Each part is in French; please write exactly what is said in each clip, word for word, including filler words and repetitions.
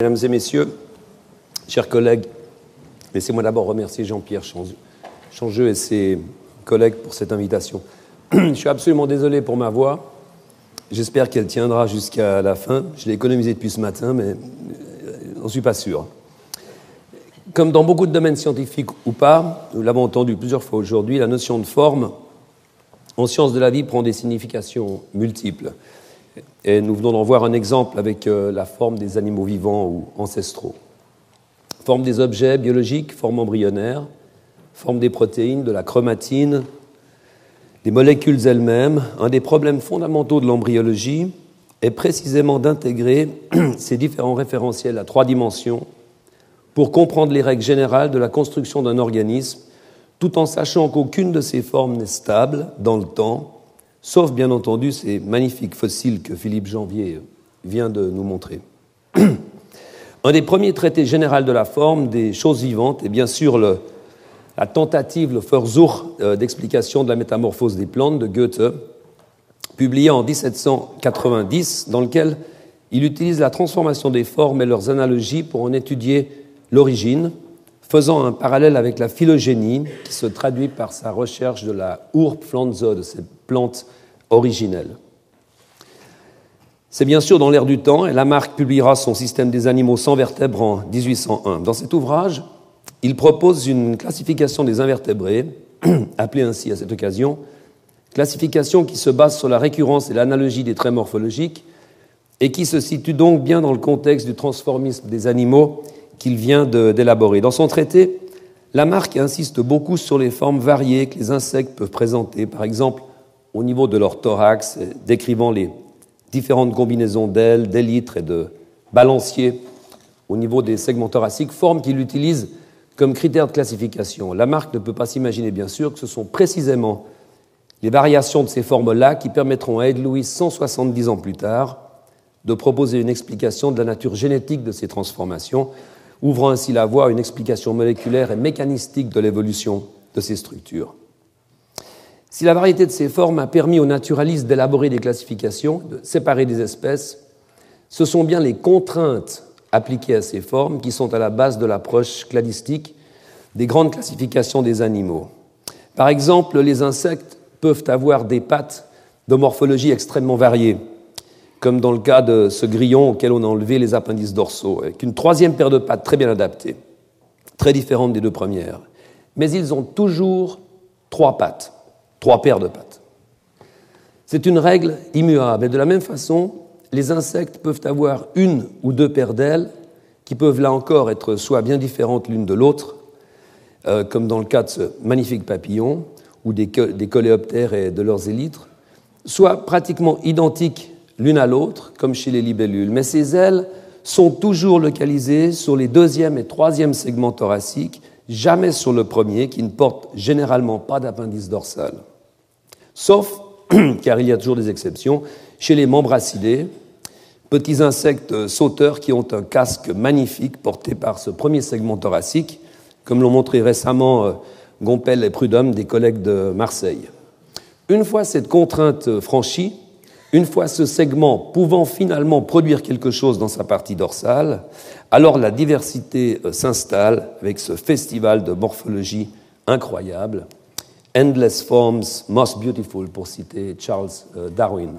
Mesdames et messieurs, chers collègues, laissez-moi d'abord remercier Jean-Pierre Changeux et ses collègues pour cette invitation. Je suis absolument désolé pour ma voix. J'espère qu'elle tiendra jusqu'à la fin. Je l'ai économisée depuis ce matin, mais j'en suis pas sûr. Comme dans beaucoup de domaines scientifiques ou pas, nous l'avons entendu plusieurs fois aujourd'hui, la notion de forme en sciences de la vie prend des significations multiples. Et nous venons d'en voir un exemple avec euh, la forme des animaux vivants ou ancestraux. Forme des objets biologiques, forme embryonnaire, forme des protéines, de la chromatine, des molécules elles-mêmes. Un des problèmes fondamentaux de l'embryologie est précisément d'intégrer ces différents référentiels à trois dimensions pour comprendre les règles générales de la construction d'un organisme, tout en sachant qu'aucune de ces formes n'est stable dans le temps, sauf bien entendu ces magnifiques fossiles que Philippe Janvier vient de nous montrer. Un des premiers traités généraux de la forme des choses vivantes est bien sûr le, la tentative, le Versuch euh, d'explication de la métamorphose des plantes de Goethe, publié en dix-sept cent quatre-vingt-dix, dans lequel il utilise la transformation des formes et leurs analogies pour en étudier l'origine, faisant un parallèle avec la phylogénie, qui se traduit par sa recherche de la Urpflanze, de ces plantes originelles. C'est bien sûr dans l'air du temps, et Lamarck publiera son système des animaux sans vertèbres en dix-huit cent un. Dans cet ouvrage, il propose une classification des invertébrés, appelée ainsi à cette occasion, classification qui se base sur la récurrence et l'analogie des traits morphologiques, et qui se situe donc bien dans le contexte du transformisme des animaux qu'il vient de, d'élaborer. Dans son traité, Lamarck insiste beaucoup sur les formes variées que les insectes peuvent présenter, par exemple au niveau de leur thorax, décrivant les différentes combinaisons d'ailes, d'élytres et de balanciers au niveau des segments thoraciques, formes qu'il utilise comme critère de classification. Lamarck ne peut pas s'imaginer, bien sûr, que ce sont précisément les variations de ces formes-là qui permettront à Ed Lewis, cent soixante-dix ans plus tard, de proposer une explication de la nature génétique de ces transformations, ouvrant ainsi la voie à une explication moléculaire et mécanistique de l'évolution de ces structures. Si la variété de ces formes a permis aux naturalistes d'élaborer des classifications, de séparer des espèces, ce sont bien les contraintes appliquées à ces formes qui sont à la base de l'approche cladistique des grandes classifications des animaux. Par exemple, les insectes peuvent avoir des pattes de morphologie extrêmement variées, comme dans le cas de ce grillon auquel on a enlevé les appendices dorsaux, avec une troisième paire de pattes très bien adaptée, très différente des deux premières. Mais ils ont toujours trois pattes, trois paires de pattes. C'est une règle immuable. Et de la même façon, les insectes peuvent avoir une ou deux paires d'ailes qui peuvent là encore être soit bien différentes l'une de l'autre, euh, comme dans le cas de ce magnifique papillon, ou des, des coléoptères et de leurs élytres, soit pratiquement identiques l'une à l'autre, comme chez les libellules. Mais ces ailes sont toujours localisées sur les deuxième et troisième segments thoraciques, jamais sur le premier, qui ne porte généralement pas d'appendice dorsal. Sauf, car il y a toujours des exceptions, chez les membracidés, petits insectes sauteurs qui ont un casque magnifique porté par ce premier segment thoracique, comme l'ont montré récemment Gompel et Prudhomme, des collègues de Marseille. Une fois cette contrainte franchie, une fois ce segment pouvant finalement produire quelque chose dans sa partie dorsale, alors la diversité s'installe avec ce festival de morphologie incroyable. Endless forms, most beautiful, pour citer Charles Darwin.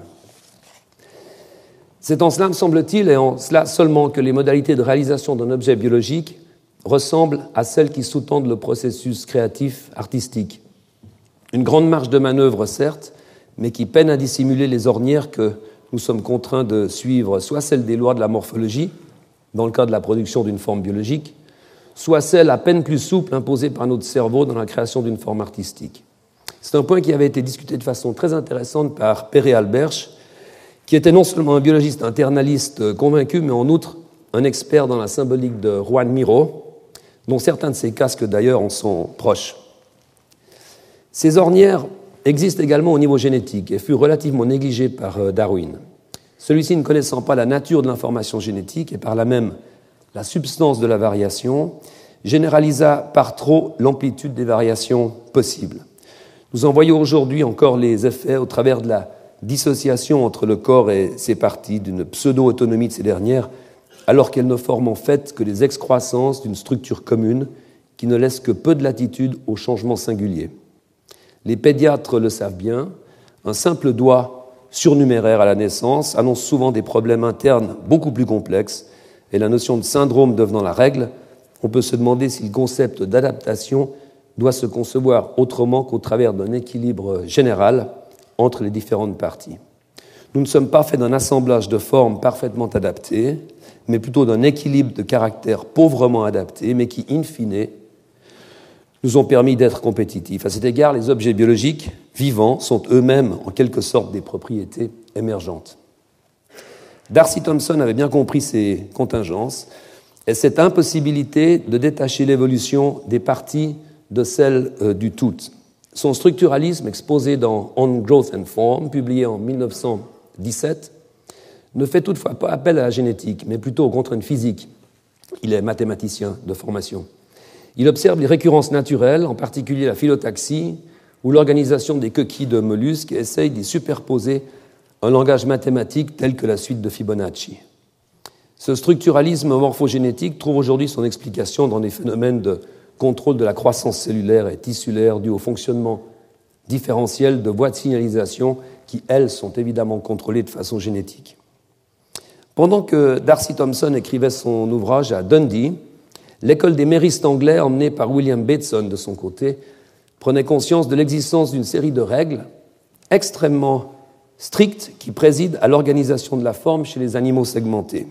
C'est en cela, me semble-t-il, et en cela seulement que les modalités de réalisation d'un objet biologique ressemblent à celles qui sous-tendent le processus créatif artistique. Une grande marge de manœuvre, certes, mais qui peine à dissimuler les ornières que nous sommes contraints de suivre, soit celles des lois de la morphologie, dans le cas de la production d'une forme biologique, soit celles à peine plus souples imposées par notre cerveau dans la création d'une forme artistique. C'est un point qui avait été discuté de façon très intéressante par Perret Alberch, qui était non seulement un biologiste internaliste convaincu, mais en outre un expert dans la symbolique de Juan Miró, dont certains de ses casques d'ailleurs en sont proches. Ces ornières existe également au niveau génétique et fut relativement négligé par Darwin. Celui-ci, ne connaissant pas la nature de l'information génétique et par là même la substance de la variation, généralisa par trop l'amplitude des variations possibles. Nous en voyons aujourd'hui encore les effets au travers de la dissociation entre le corps et ses parties, d'une pseudo-autonomie de ces dernières alors qu'elles ne forment en fait que les excroissances d'une structure commune qui ne laisse que peu de latitude aux changements singuliers. Les pédiatres le savent bien, un simple doigt surnuméraire à la naissance annonce souvent des problèmes internes beaucoup plus complexes, et la notion de syndrome devenant la règle, on peut se demander si le concept d'adaptation doit se concevoir autrement qu'au travers d'un équilibre général entre les différentes parties. Nous ne sommes pas faits d'un assemblage de formes parfaitement adaptées, mais plutôt d'un équilibre de caractères pauvrement adaptés, mais qui, in fine, nous ont permis d'être compétitifs. À cet égard, les objets biologiques vivants sont eux-mêmes, en quelque sorte, des propriétés émergentes. Darcy Thompson avait bien compris ces contingences et cette impossibilité de détacher l'évolution des parties de celle euh, du tout. Son structuralisme, exposé dans On Growth and Form, publié en mille neuf cent dix-sept, ne fait toutefois pas appel à la génétique, mais plutôt aux contraintes physiques. Il est mathématicien de formation. Il observe les récurrences naturelles, en particulier la phyllotaxie ou l'organisation des coquilles de mollusques, et essaye d'y superposer un langage mathématique tel que la suite de Fibonacci. Ce structuralisme morphogénétique trouve aujourd'hui son explication dans des phénomènes de contrôle de la croissance cellulaire et tissulaire dû au fonctionnement différentiel de voies de signalisation qui, elles, sont évidemment contrôlées de façon génétique. Pendant que Darcy Thompson écrivait son ouvrage à Dundee, l'école des méristes anglais, emmenée par William Bateson de son côté, prenait conscience de l'existence d'une série de règles extrêmement strictes qui président à l'organisation de la forme chez les animaux segmentés.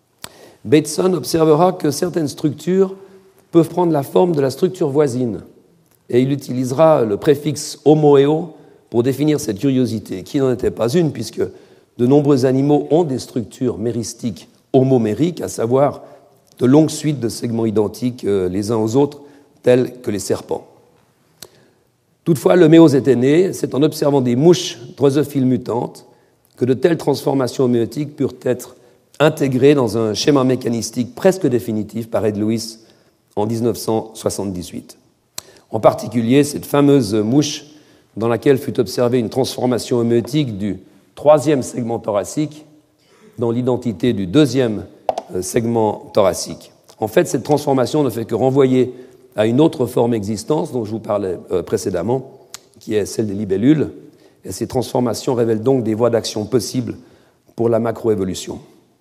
Bateson observera que certaines structures peuvent prendre la forme de la structure voisine, et il utilisera le préfixe homoéo pour définir cette curiosité, qui n'en était pas une, puisque de nombreux animaux ont des structures méristiques homomériques, à savoir de longues suites de segments identiques les uns aux autres, tels que les serpents. Toutefois, le méose était né, c'est en observant des mouches drosophiles mutantes que de telles transformations homéotiques purent être intégrées dans un schéma mécanistique presque définitif par Ed Lewis en dix-neuf cent soixante-dix-huit. En particulier, cette fameuse mouche dans laquelle fut observée une transformation homéotique du troisième segment thoracique dans l'identité du deuxième segment thoracique. En fait, cette transformation ne fait que renvoyer à une autre forme existence dont je vous parlais précédemment, qui est celle des libellules, et ces transformations révèlent donc des voies d'action possibles pour la macroévolution.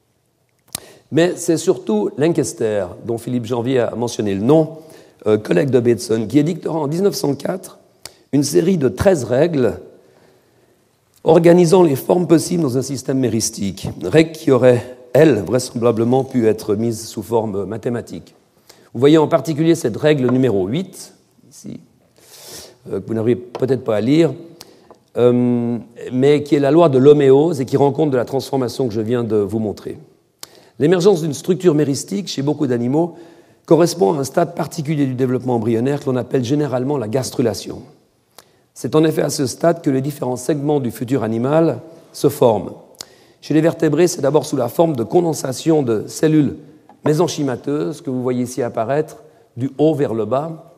Mais c'est surtout Lancaster, dont Philippe Janvier a mentionné le nom, euh, collègue de Bateson, qui édictera en dix-neuf cent quatre une série de treize règles organisant les formes possibles dans un système méristique, règles qui auraient, elles, vraisemblablement pu être mises sous forme mathématique. Vous voyez en particulier cette règle numéro huit, ici, euh, que vous n'arrivez peut-être pas à lire, euh, mais qui est la loi de l'homéose et qui rend compte de la transformation que je viens de vous montrer. L'émergence d'une structure méristique chez beaucoup d'animaux correspond à un stade particulier du développement embryonnaire que l'on appelle généralement la gastrulation. C'est en effet à ce stade que les différents segments du futur animal se forment. Chez les vertébrés, c'est d'abord sous la forme de condensation de cellules mésenchymateuses que vous voyez ici apparaître du haut vers le bas.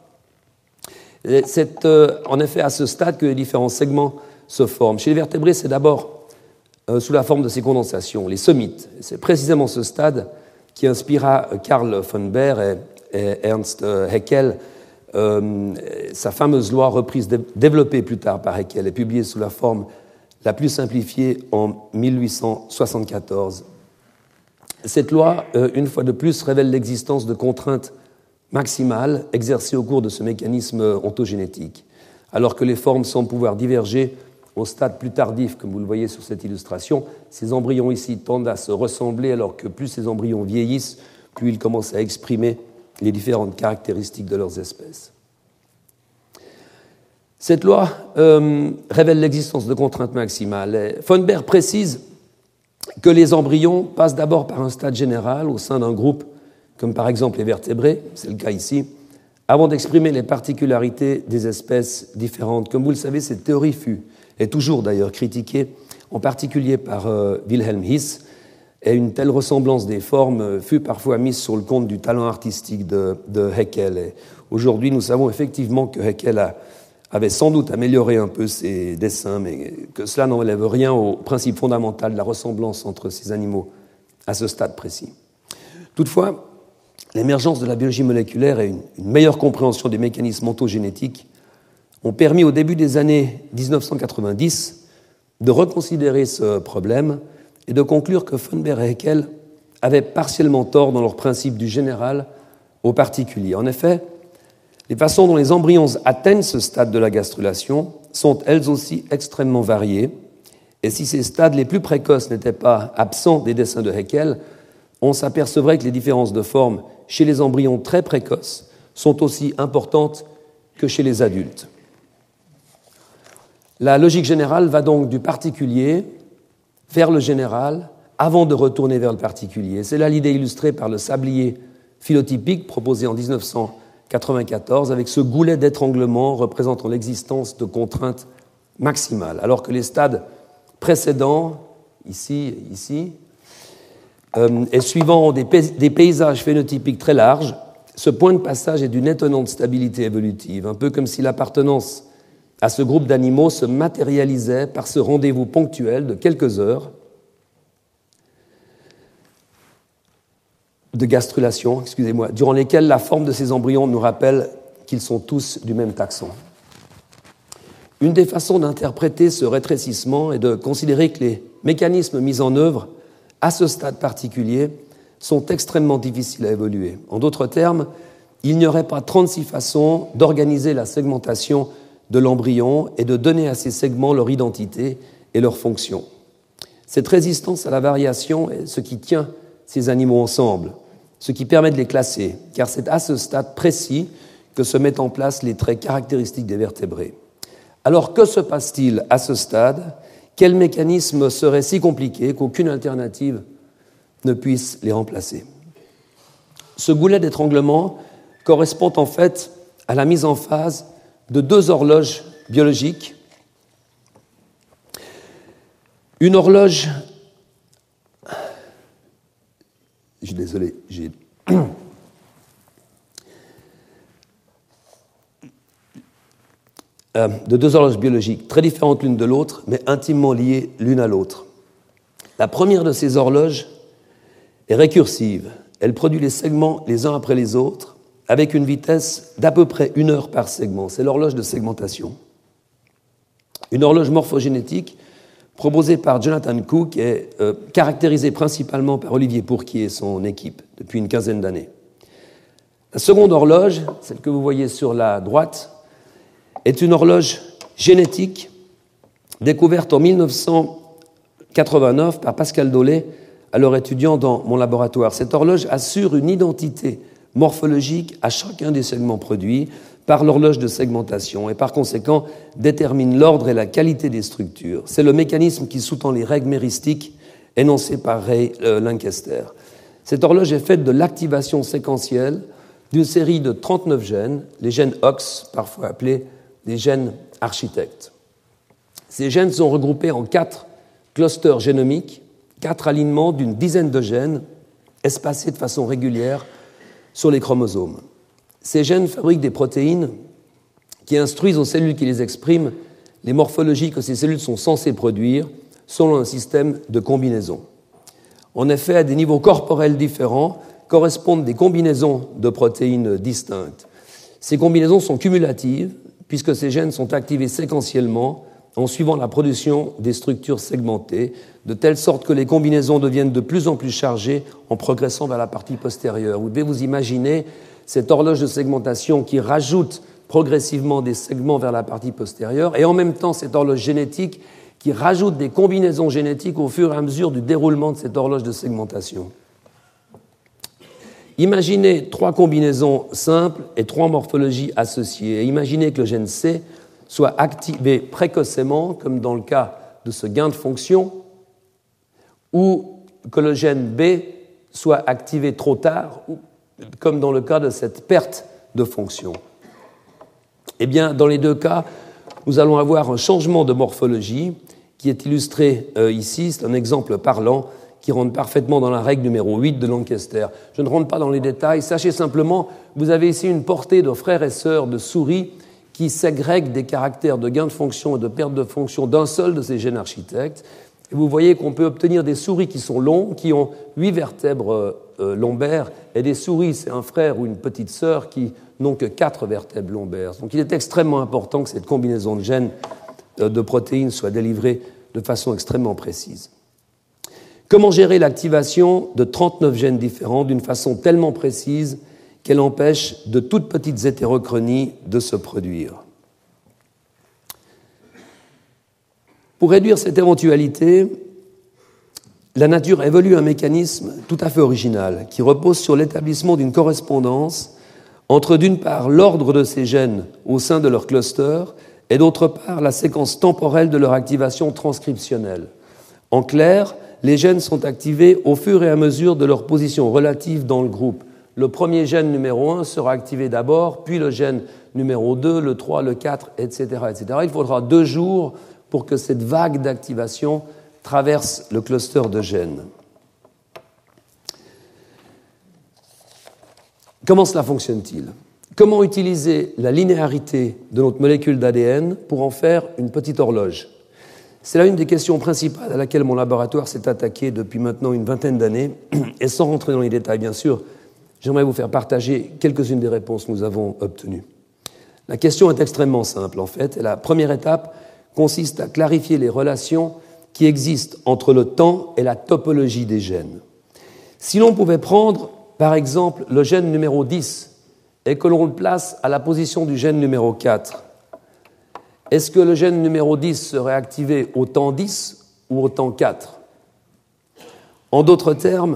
Et c'est euh, en effet à ce stade que les différents segments se forment. Chez les vertébrés, c'est d'abord euh, sous la forme de ces condensations, les somites. C'est précisément ce stade qui inspira Carl von Baer et, et Ernst Haeckel euh, sa fameuse loi reprise, développée plus tard par Haeckel et publiée sous la forme la plus simplifiée en mille huit cent soixante-quatorze. Cette loi, euh, une fois de plus, révèle l'existence de contraintes maximales exercées au cours de ce mécanisme ontogénétique, alors que les formes semblent pouvoir diverger au stade plus tardif, comme vous le voyez sur cette illustration. Ces embryons ici tendent à se ressembler, alors que plus ces embryons vieillissent, plus ils commencent à exprimer les différentes caractéristiques de leurs espèces. Cette loi euh, révèle l'existence de contraintes maximales. Et von Baer précise que les embryons passent d'abord par un stade général au sein d'un groupe, comme par exemple les vertébrés, c'est le cas ici, avant d'exprimer les particularités des espèces différentes. Comme vous le savez, cette théorie fut, est toujours d'ailleurs critiquée, en particulier par euh, Wilhelm His, et une telle ressemblance des formes fut parfois mise sur le compte du talent artistique de, de Haeckel. Et aujourd'hui, nous savons effectivement que Haeckel a, avait sans doute amélioré un peu ses dessins, mais que cela n'enlève rien au principe fondamental de la ressemblance entre ces animaux à ce stade précis. Toutefois, l'émergence de la biologie moléculaire et une, une meilleure compréhension des mécanismes ontogénétiques ont permis au début des années mille neuf cent quatre-vingt-dix de reconsidérer ce problème et de conclure que Fönberg et Haeckel avaient partiellement tort dans leur principe du général au particulier. En effet, les façons dont les embryons atteignent ce stade de la gastrulation sont elles aussi extrêmement variées, et si ces stades les plus précoces n'étaient pas absents des dessins de Haeckel, on s'apercevrait que les différences de forme chez les embryons très précoces sont aussi importantes que chez les adultes. La logique générale va donc du particulier vers le général avant de retourner vers le particulier. C'est là l'idée illustrée par le sablier phylotypique proposé en mille neuf cent quatre-vingt-quatorze avec ce goulet d'étranglement représentant l'existence de contraintes maximales, alors que les stades précédents, ici et ici, euh, et suivant des, pay- des paysages phénotypiques très larges, ce point de passage est d'une étonnante stabilité évolutive, un peu comme si l'appartenance à ce groupe d'animaux se matérialisait par ce rendez-vous ponctuel de quelques heures de gastrulation, excusez-moi, durant lesquelles la forme de ces embryons nous rappelle qu'ils sont tous du même taxon. Une des façons d'interpréter ce rétrécissement est de considérer que les mécanismes mis en œuvre à ce stade particulier sont extrêmement difficiles à évoluer. En d'autres termes, il n'y aurait pas trente-six façons d'organiser la segmentation de l'embryon et de donner à ces segments leur identité et leur fonction. Cette résistance à la variation est ce qui tient ces animaux ensemble, ce qui permet de les classer, car c'est à ce stade précis que se mettent en place les traits caractéristiques des vertébrés. Alors, que se passe-t-il à ce stade? Quel mécanisme serait si compliqué qu'aucune alternative ne puisse les remplacer? Ce goulet d'étranglement correspond en fait à la mise en phase de deux horloges biologiques. Une horloge... Je suis désolé, j'ai... Euh, de deux horloges biologiques très différentes l'une de l'autre, mais intimement liées l'une à l'autre. La première de ces horloges est récursive. Elle produit les segments les uns après les autres, avec une vitesse d'à peu près une heure par segment. C'est l'horloge de segmentation. Une horloge morphogénétique proposée par Jonathan Cook et euh, caractérisée principalement par Olivier Pourquier et son équipe depuis une quinzaine d'années. La seconde horloge, celle que vous voyez sur la droite, est une horloge génétique découverte en mille neuf cent quatre-vingt-neuf par Pascal Dolé, alors étudiant dans mon laboratoire. Cette horloge assure une identité morphologique à chacun des segments produits par l'horloge de segmentation et par conséquent détermine l'ordre et la qualité des structures. C'est le mécanisme qui sous-tend les règles méristiques énoncées par Ray euh, Lankester. Cette horloge est faite de l'activation séquentielle d'une série de trente-neuf gènes, les gènes O X, parfois appelés des gènes architectes. Ces gènes sont regroupés en quatre clusters génomiques, quatre alignements d'une dizaine de gènes espacés de façon régulière sur les chromosomes. Ces gènes fabriquent des protéines qui instruisent aux cellules qui les expriment les morphologies que ces cellules sont censées produire selon un système de combinaison. En effet, à des niveaux corporels différents correspondent des combinaisons de protéines distinctes. Ces combinaisons sont cumulatives puisque ces gènes sont activés séquentiellement en suivant la production des structures segmentées, de telle sorte que les combinaisons deviennent de plus en plus chargées en progressant vers la partie postérieure. Vous devez vous imaginer cette horloge de segmentation qui rajoute progressivement des segments vers la partie postérieure, et en même temps cette horloge génétique qui rajoute des combinaisons génétiques au fur et à mesure du déroulement de cette horloge de segmentation. Imaginez trois combinaisons simples et trois morphologies associées. Et imaginez que le gène C soit activé précocement, comme dans le cas de ce gain de fonction, ou que le gène B soit activé trop tard, comme dans le cas de cette perte de fonction. Eh bien, dans les deux cas, nous allons avoir un changement de morphologie qui est illustré euh, ici. C'est un exemple parlant qui rentre parfaitement dans la règle numéro huit de Lancaster. Je ne rentre pas dans les détails. Sachez simplement, vous avez ici une portée de frères et sœurs de souris qui ségrèguent des caractères de gain de fonction et de perte de fonction d'un seul de ces gènes architectes. Et vous voyez qu'on peut obtenir des souris qui sont longues, qui ont huit vertèbres euh, lombaires, et des souris, c'est un frère ou une petite sœur, qui n'ont que quatre vertèbres lombaires. Donc il est extrêmement important que cette combinaison de gènes, euh, de protéines, soit délivrée de façon extrêmement précise. Comment gérer l'activation de trente-neuf gènes différents d'une façon tellement précise qu'elle empêche de toutes petites hétérochronies de se produire? Pour réduire cette éventualité, la nature évolue un mécanisme tout à fait original qui repose sur l'établissement d'une correspondance entre, d'une part, l'ordre de ces gènes au sein de leur cluster et, d'autre part, la séquence temporelle de leur activation transcriptionnelle. En clair, les gènes sont activés au fur et à mesure de leur position relative dans le groupe. Le premier gène numéro un sera activé d'abord, puis le gène numéro deux, le trois, le quatre, et cetera, et cetera. Il faudra deux jours pour que cette vague d'activation traverse le cluster de gènes. Comment cela fonctionne-t-il? Comment utiliser la linéarité de notre molécule d'A D N pour en faire une petite horloge? C'est là une des questions principales à laquelle mon laboratoire s'est attaqué depuis maintenant une vingtaine d'années. Et sans rentrer dans les détails, bien sûr, j'aimerais vous faire partager quelques-unes des réponses que nous avons obtenues. La question est extrêmement simple, en fait, et la première étape consiste à clarifier les relations qui existent entre le temps et la topologie des gènes. Si l'on pouvait prendre, par exemple, le gène numéro dix et que l'on le place à la position du gène numéro quatre, est-ce que le gène numéro dix serait activé au temps dix ou au temps quatre? En d'autres termes,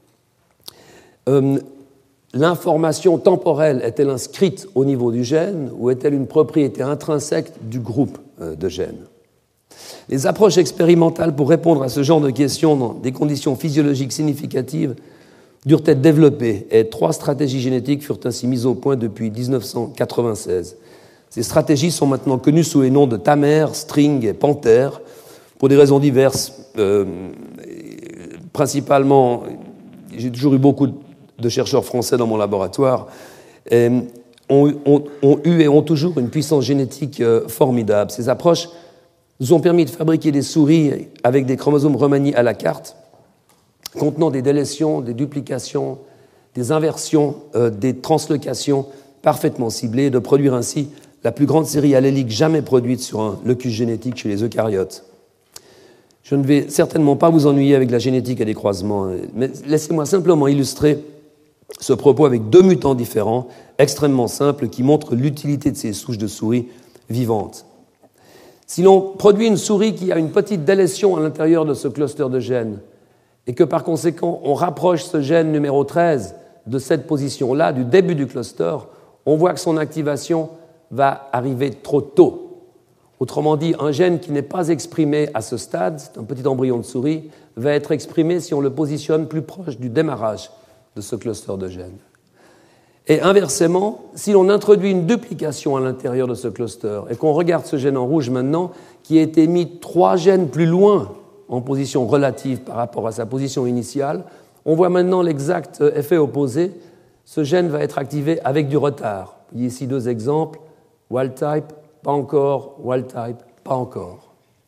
euh, l'information temporelle est-elle inscrite au niveau du gène ou est-elle une propriété intrinsèque du groupe de gènes? Les approches expérimentales pour répondre à ce genre de questions dans des conditions physiologiques significatives durent être développées et trois stratégies génétiques furent ainsi mises au point depuis dix-neuf cent quatre-vingt-seize. Ces stratégies sont maintenant connues sous les noms de Tamer, String et Panther pour des raisons diverses. Euh, principalement, j'ai toujours eu beaucoup de chercheurs français dans mon laboratoire, et ont, ont, ont eu et ont toujours une puissance génétique euh, formidable. Ces approches nous ont permis de fabriquer des souris avec des chromosomes remaniés à la carte, contenant des délétions, des duplications, des inversions, euh, des translocations parfaitement ciblées, et de produire ainsi la plus grande série allélique jamais produite sur un locus génétique chez les eucaryotes. Je ne vais certainement pas vous ennuyer avec la génétique et les croisements, mais laissez-moi simplement illustrer ce propos avec deux mutants différents, extrêmement simples, qui montrent l'utilité de ces souches de souris vivantes. Si l'on produit une souris qui a une petite délétion à l'intérieur de ce cluster de gènes, et que par conséquent on rapproche ce gène numéro treize de cette position-là, du début du cluster, on voit que son activation va arriver trop tôt. Autrement dit, un gène qui n'est pas exprimé à ce stade, c'est un petit embryon de souris, va être exprimé si on le positionne plus proche du démarrage de ce cluster de gènes. Et inversement, si l'on introduit une duplication à l'intérieur de ce cluster et qu'on regarde ce gène en rouge maintenant, qui a été mis trois gènes plus loin en position relative par rapport à sa position initiale, on voit maintenant l'exact effet opposé. Ce gène va être activé avec du retard. Il y a ici deux exemples, wild type, pas encore, wild type, pas encore.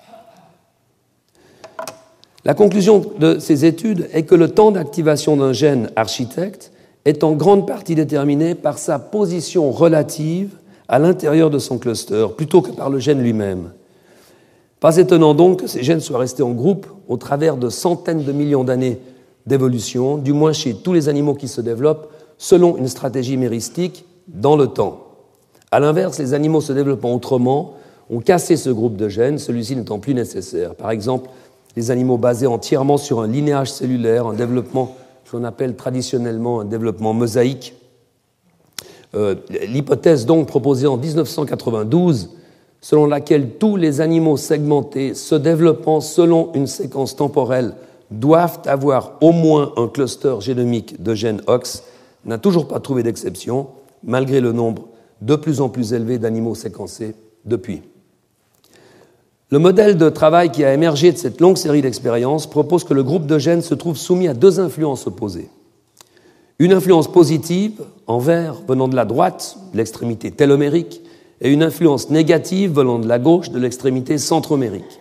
La conclusion de ces études est que le temps d'activation d'un gène architecte est en grande partie déterminé par sa position relative à l'intérieur de son cluster, plutôt que par le gène lui-même. Pas étonnant donc que ces gènes soient restés en groupe au travers de centaines de millions d'années d'évolution, du moins chez tous les animaux qui se développent, selon une stratégie méristique dans le temps. À l'inverse, les animaux se développant autrement ont cassé ce groupe de gènes, celui-ci n'étant plus nécessaire. Par exemple, les animaux basés entièrement sur un linéage cellulaire, un développement qu'on appelle traditionnellement un développement mosaïque. Euh, l'hypothèse donc proposée en dix-neuf cent quatre-vingt-douze, selon laquelle tous les animaux segmentés se développant selon une séquence temporelle doivent avoir au moins un cluster génomique de gènes O X, n'a toujours pas trouvé d'exception, malgré le nombre de plus en plus élevé d'animaux séquencés depuis. Le modèle de travail qui a émergé de cette longue série d'expériences propose que le groupe de gènes se trouve soumis à deux influences opposées. Une influence positive, en vert, venant de la droite, de l'extrémité télomérique, et une influence négative venant de la gauche, de l'extrémité centromérique.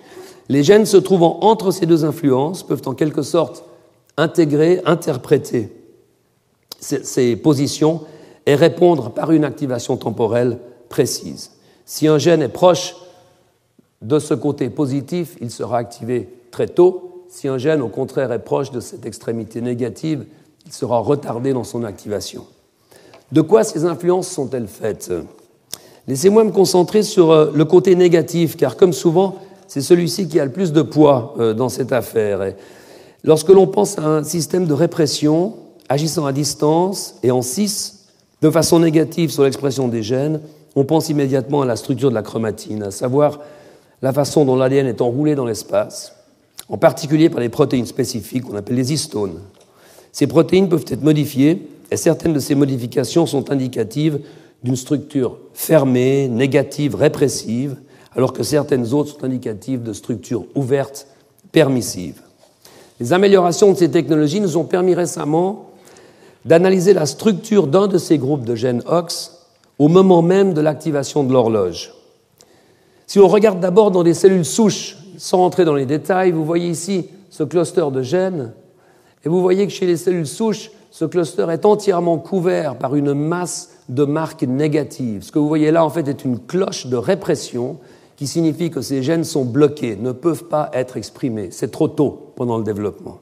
Les gènes se trouvant entre ces deux influences peuvent en quelque sorte intégrer, interpréter ces, ces positions et répondre par une activation temporelle précise. Si un gène est proche de ce côté positif, il sera activé très tôt. Si un gène, au contraire, est proche de cette extrémité négative, il sera retardé dans son activation. De quoi ces influences sont-elles faites ? Laissez-moi me concentrer sur le côté négatif, car comme souvent, c'est celui-ci qui a le plus de poids dans cette affaire. Et lorsque l'on pense à un système de répression agissant à distance et en cis, de façon négative sur l'expression des gènes, on pense immédiatement à la structure de la chromatine, à savoir la façon dont l'A D N est enroulé dans l'espace, en particulier par les protéines spécifiques qu'on appelle les histones. Ces protéines peuvent être modifiées et certaines de ces modifications sont indicatives d'une structure fermée, négative, répressive, alors que certaines autres sont indicatives de structures ouvertes, permissives. Les améliorations de ces technologies nous ont permis récemment d'analyser la structure d'un de ces groupes de gènes O X au moment même de l'activation de l'horloge. Si on regarde d'abord dans des cellules souches, sans rentrer dans les détails, vous voyez ici ce cluster de gènes, et vous voyez que chez les cellules souches, ce cluster est entièrement couvert par une masse de marques négatives. Ce que vous voyez là, en fait, est une cloche de répression qui signifie que ces gènes sont bloqués, ne peuvent pas être exprimés. C'est trop tôt pendant le développement.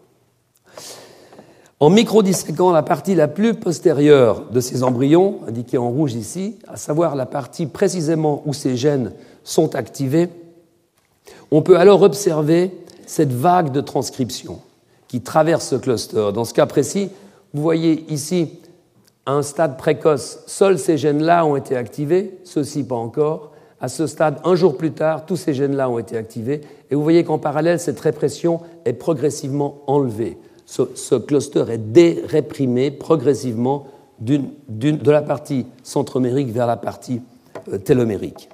En microdisséquant la partie la plus postérieure de ces embryons, indiquée en rouge ici, à savoir la partie précisément où ces gènes sont activés, on peut alors observer cette vague de transcription qui traverse ce cluster. Dans ce cas précis, vous voyez ici, à un stade précoce, seuls ces gènes-là ont été activés, ceux-ci pas encore. À ce stade, un jour plus tard, tous ces gènes-là ont été activés. Et vous voyez qu'en parallèle, cette répression est progressivement enlevée. Ce, ce cluster est déréprimé progressivement d'une, d'une, de la partie centromérique vers la partie euh, télomérique.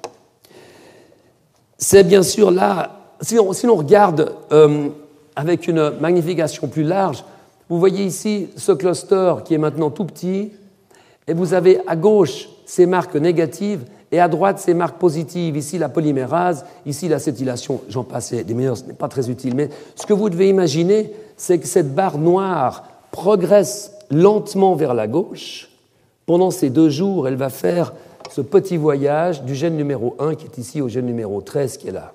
C'est bien sûr là, si on, si on regarde euh, avec une magnification plus large, vous voyez ici ce cluster qui est maintenant tout petit, et vous avez à gauche ces marques négatives, et à droite ces marques positives. Ici la polymérase, ici l'acétylation, j'en passe des meilleurs, ce n'est pas très utile, mais ce que vous devez imaginer, c'est que cette barre noire progresse lentement vers la gauche. Pendant ces deux jours, elle va faire ce petit voyage du gène numéro un qui est ici au gène numéro treize qui est là.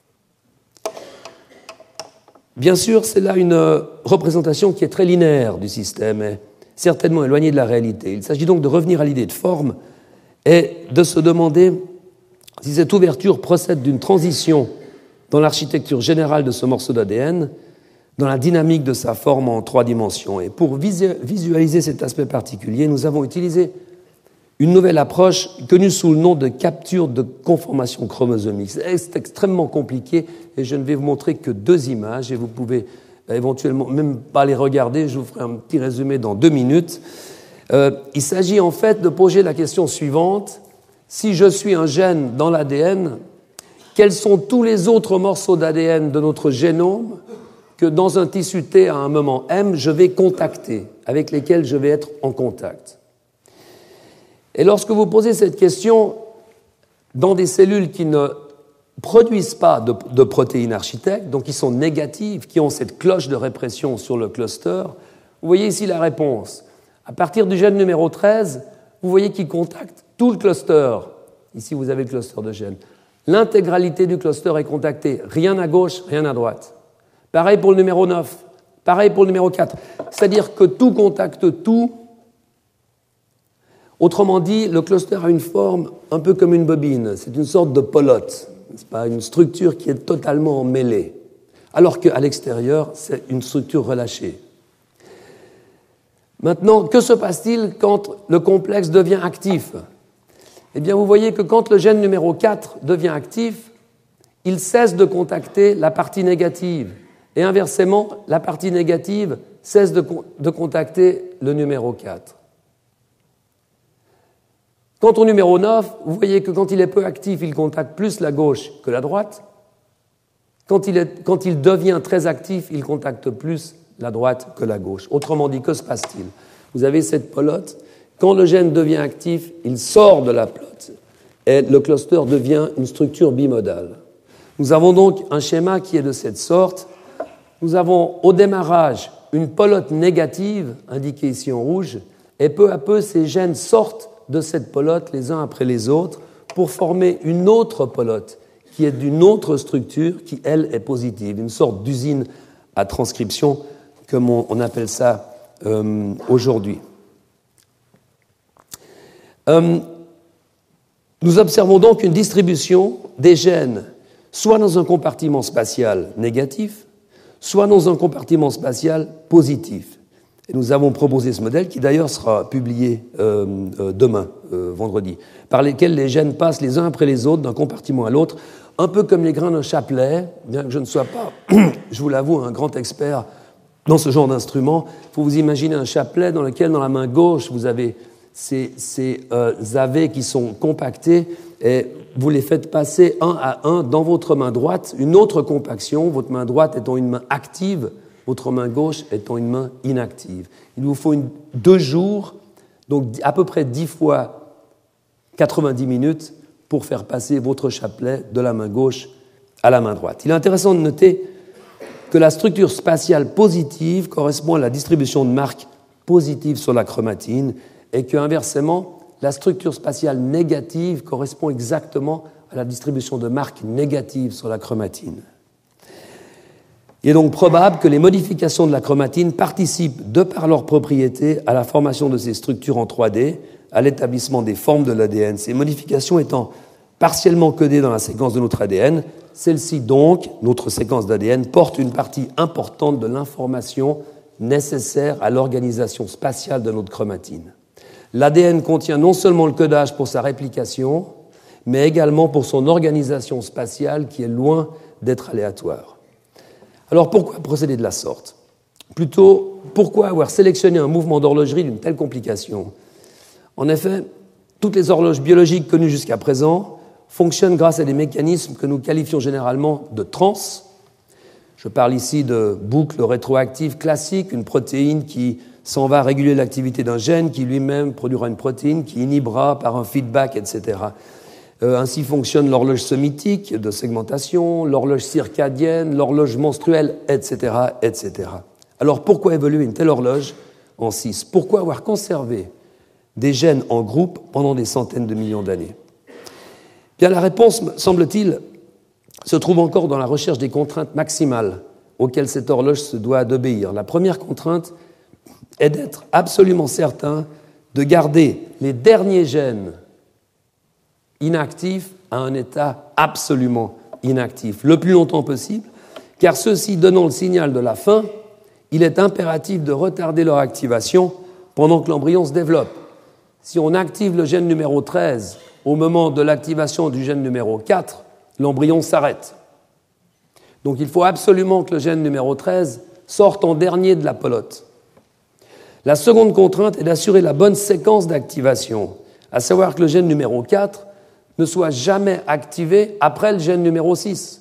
Bien sûr, c'est là une représentation qui est très linéaire du système et certainement éloignée de la réalité. Il s'agit donc de revenir à l'idée de forme et de se demander si cette ouverture procède d'une transition dans l'architecture générale de ce morceau d'A D N, dans la dynamique de sa forme en trois dimensions. Et pour visualiser cet aspect particulier, nous avons utilisé une nouvelle approche connue sous le nom de capture de conformation chromosomique. C'est extrêmement compliqué et je ne vais vous montrer que deux images et vous pouvez éventuellement même pas les regarder, je vous ferai un petit résumé dans deux minutes. Euh, il s'agit en fait de poser la question suivante. Si je suis un gène dans l'A D N, quels sont tous les autres morceaux d'A D N de notre génome que dans un tissu T à un moment M, je vais contacter, avec lesquels je vais être en contact. Et lorsque vous posez cette question dans des cellules qui ne produisent pas de, de protéines architectes, donc qui sont négatives, qui ont cette cloche de répression sur le cluster, vous voyez ici la réponse. À partir du gène numéro treize, vous voyez qu'il contacte tout le cluster. Ici, vous avez le cluster de gènes. L'intégralité du cluster est contactée, rien à gauche, rien à droite. Pareil pour le numéro neuf, pareil pour le numéro quatre. C'est-à-dire que tout contacte tout. Autrement dit, le cluster a une forme un peu comme une bobine. C'est une sorte de pelote, c'est pas une structure qui est totalement emmêlée. Alors qu'à l'extérieur, c'est une structure relâchée. Maintenant, que se passe-t-il quand le complexe devient actif ? Eh bien, vous voyez que quand le gène numéro quatre devient actif, il cesse de contacter la partie négative. Et inversement, la partie négative cesse de, de contacter le numéro quatre. Quant au numéro neuf, vous voyez que quand il est peu actif, il contacte plus la gauche que la droite. Quand il, est, quand il devient très actif, il contacte plus la droite que la gauche. Autrement dit, que se passe-t-il ? Vous avez cette pelote. Quand le gène devient actif, il sort de la pelote et le cluster devient une structure bimodale. Nous avons donc un schéma qui est de cette sorte. Nous avons au démarrage une pelote négative, indiquée ici en rouge, et peu à peu, ces gènes sortent de cette pelote les uns après les autres pour former une autre pelote qui est d'une autre structure qui, elle, est positive, une sorte d'usine à transcription, comme on, on appelle ça euh, aujourd'hui. Euh, nous observons donc une distribution des gènes soit dans un compartiment spatial négatif, soit dans un compartiment spatial positif. Et nous avons proposé ce modèle, qui d'ailleurs sera publié euh, euh, demain, euh, vendredi, par lesquels les gènes passent les uns après les autres d'un compartiment à l'autre, un peu comme les grains d'un chapelet, bien que je ne sois pas, je vous l'avoue, un grand expert dans ce genre d'instrument. Il faut vous imaginer un chapelet dans lequel, dans la main gauche, vous avez ces, ces euh, avets qui sont compactés, et vous les faites passer un à un dans votre main droite, une autre compaction, votre main droite étant une main active, votre main gauche étant une main inactive. Il vous faut une, deux jours, donc à peu près dix fois quatre-vingt-dix minutes, pour faire passer votre chapelet de la main gauche à la main droite. Il est intéressant de noter que la structure spatiale positive correspond à la distribution de marques positives sur la chromatine et que, inversement, la structure spatiale négative correspond exactement à la distribution de marques négatives sur la chromatine. Il est donc probable que les modifications de la chromatine participent, de par leurs propriétés, à la formation de ces structures en trois D, à l'établissement des formes de l'A D N. Ces modifications étant partiellement codées dans la séquence de notre A D N, celle-ci donc, notre séquence d'A D N, porte une partie importante de l'information nécessaire à l'organisation spatiale de notre chromatine. L'A D N contient non seulement le codage pour sa réplication, mais également pour son organisation spatiale qui est loin d'être aléatoire. Alors pourquoi procéder de la sorte ? Plutôt, pourquoi avoir sélectionné un mouvement d'horlogerie d'une telle complication ? En effet, toutes les horloges biologiques connues jusqu'à présent fonctionnent grâce à des mécanismes que nous qualifions généralement de trans. Je parle ici de boucles rétroactives classiques, une protéine qui s'en va réguler l'activité d'un gène qui lui-même produira une protéine qui inhibera par un feedback, et cetera. Euh, ainsi fonctionne l'horloge somitique de segmentation, l'horloge circadienne, l'horloge menstruelle, et cetera, et cetera. Alors pourquoi évoluer une telle horloge en six ? Pourquoi avoir conservé des gènes en groupe pendant des centaines de millions d'années ? Bien, la réponse, semble-t-il, se trouve encore dans la recherche des contraintes maximales auxquelles cette horloge se doit d'obéir. La première contrainte est d'être absolument certain de garder les derniers gènes inactifs à un état absolument inactif, le plus longtemps possible, car ceux-ci donnant le signal de la fin, il est impératif de retarder leur activation pendant que l'embryon se développe. Si on active le gène numéro treize au moment de l'activation du gène numéro quatre, l'embryon s'arrête. Donc il faut absolument que le gène numéro treize sorte en dernier de la pelote. La seconde contrainte est d'assurer la bonne séquence d'activation, à savoir que le gène numéro quatre ne soit jamais activé après le gène numéro six,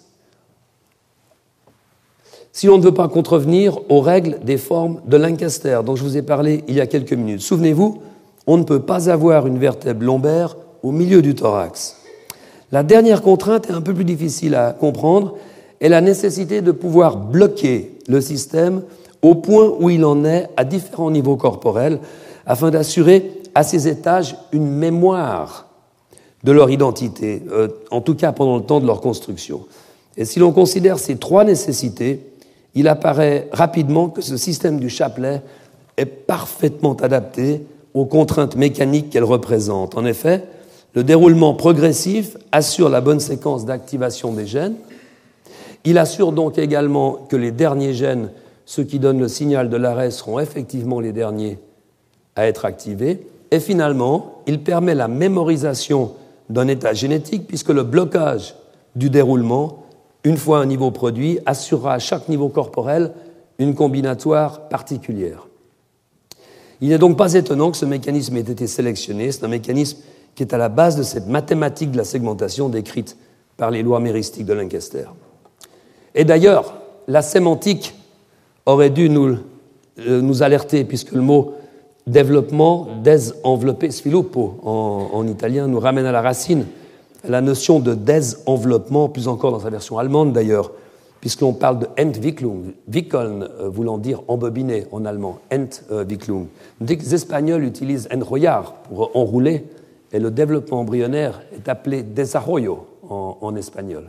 si l'on ne veut pas contrevenir aux règles des formes de Lancaster, dont je vous ai parlé il y a quelques minutes. Souvenez-vous, on ne peut pas avoir une vertèbre lombaire au milieu du thorax. La dernière contrainte est un peu plus difficile à comprendre, est la nécessité de pouvoir bloquer le système au point où il en est à différents niveaux corporels, afin d'assurer à ces étages une mémoire de leur identité, euh, en tout cas pendant le temps de leur construction. Et si l'on considère ces trois nécessités, il apparaît rapidement que ce système du chapelet est parfaitement adapté aux contraintes mécaniques qu'elle représente. En effet, le déroulement progressif assure la bonne séquence d'activation des gènes. Il assure donc également que les derniers gènes, ceux qui donnent le signal de l'arrêt, seront effectivement les derniers à être activés. Et finalement, il permet la mémorisation d'un état génétique, puisque le blocage du déroulement, une fois un niveau produit, assurera à chaque niveau corporel une combinatoire particulière. Il n'est donc pas étonnant que ce mécanisme ait été sélectionné. C'est un mécanisme qui est à la base de cette mathématique de la segmentation décrite par les lois méristiques de Lancaster. Et d'ailleurs, la sémantique aurait dû nous, euh, nous alerter, puisque le mot développement, désenveloppé, sviluppo en, en italien, nous ramène à la racine la notion de désenveloppement, plus encore dans sa version allemande d'ailleurs, puisqu'on parle de Entwicklung, Wickeln euh, voulant dire embobiner en allemand, Entwicklung. Dès que les Espagnols utilisent enrollar pour enrouler, et le développement embryonnaire est appelé desarrollo en, en espagnol.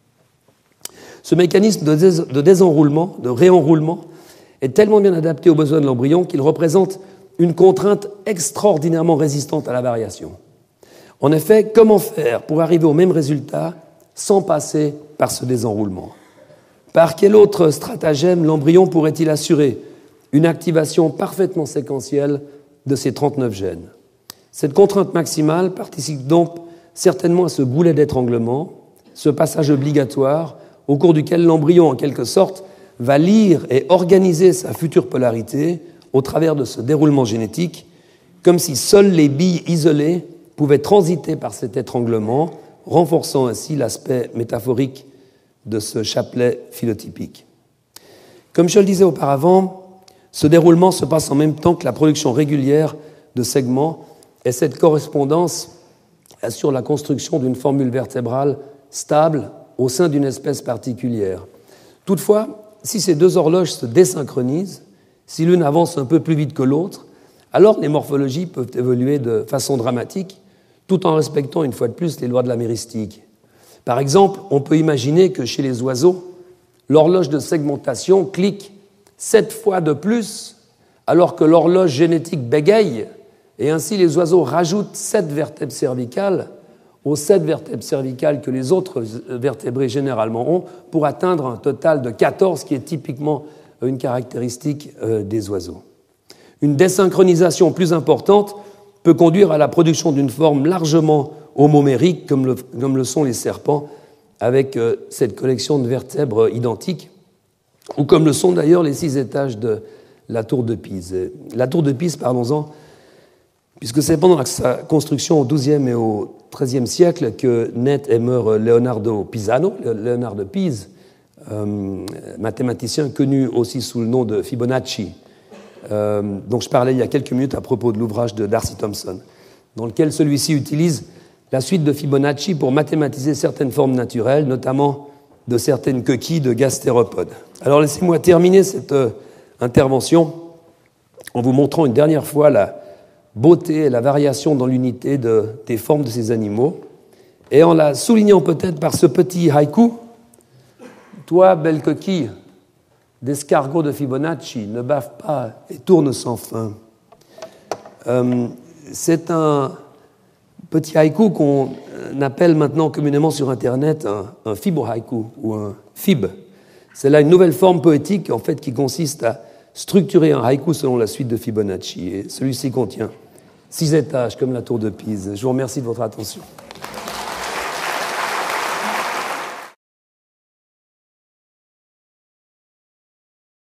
Ce mécanisme de, dés, de désenroulement, de réenroulement, est tellement bien adapté aux besoins de l'embryon qu'il représente une contrainte extraordinairement résistante à la variation. En effet, comment faire pour arriver au même résultat sans passer par ce désenroulement ? Par quel autre stratagème l'embryon pourrait-il assurer une activation parfaitement séquentielle de ces trente-neuf gènes ? Cette contrainte maximale participe donc certainement à ce goulet d'étranglement, ce passage obligatoire au cours duquel l'embryon, en quelque sorte, va lire et organiser sa future polarité au travers de ce déroulement génétique, comme si seules les billes isolées pouvaient transiter par cet étranglement, renforçant ainsi l'aspect métaphorique de ce chapelet phylotypique. Comme je le disais auparavant, ce déroulement se passe en même temps que la production régulière de segments, et cette correspondance assure la construction d'une formule vertébrale stable au sein d'une espèce particulière. Toutefois, si ces deux horloges se désynchronisent, si l'une avance un peu plus vite que l'autre, alors les morphologies peuvent évoluer de façon dramatique, tout en respectant une fois de plus les lois de la méristique. Par exemple, on peut imaginer que chez les oiseaux, l'horloge de segmentation clique sept fois de plus, alors que l'horloge génétique bégaye, et ainsi les oiseaux rajoutent sept vertèbres cervicales aux sept vertèbres cervicales que les autres vertébrés généralement ont, pour atteindre un total de quatorze, qui est typiquement une caractéristique des oiseaux. Une désynchronisation plus importante peut conduire à la production d'une forme largement homomérique, comme le, comme le sont les serpents, avec cette collection de vertèbres identiques, ou comme le sont d'ailleurs les six étages de la tour de Pise. La tour de Pise, parlons-en, puisque c'est pendant sa construction au douzième et au treizième siècle que naît et meurt Leonardo Pisano, Léonard de Pise, euh, mathématicien connu aussi sous le nom de Fibonacci, euh, dont je parlais il y a quelques minutes à propos de l'ouvrage de Darcy Thompson, dans lequel celui-ci utilise la suite de Fibonacci pour mathématiser certaines formes naturelles, notamment de certaines coquilles de gastéropodes. Alors laissez-moi terminer cette euh, intervention en vous montrant une dernière fois la beauté et la variation dans l'unité de, des formes de ces animaux, et en la soulignant peut-être par ce petit haïku. Toi, belle coquille d'escargot de Fibonacci, ne bave pas et tourne sans fin. Euh, c'est un petit haïku qu'on appelle maintenant communément sur Internet un, un fibo-haïku ou un fib. C'est là une nouvelle forme poétique en fait qui consiste à structurer un haïku selon la suite de Fibonacci. Et celui-ci contient six étages comme la tour de Pise. Je vous remercie de votre attention.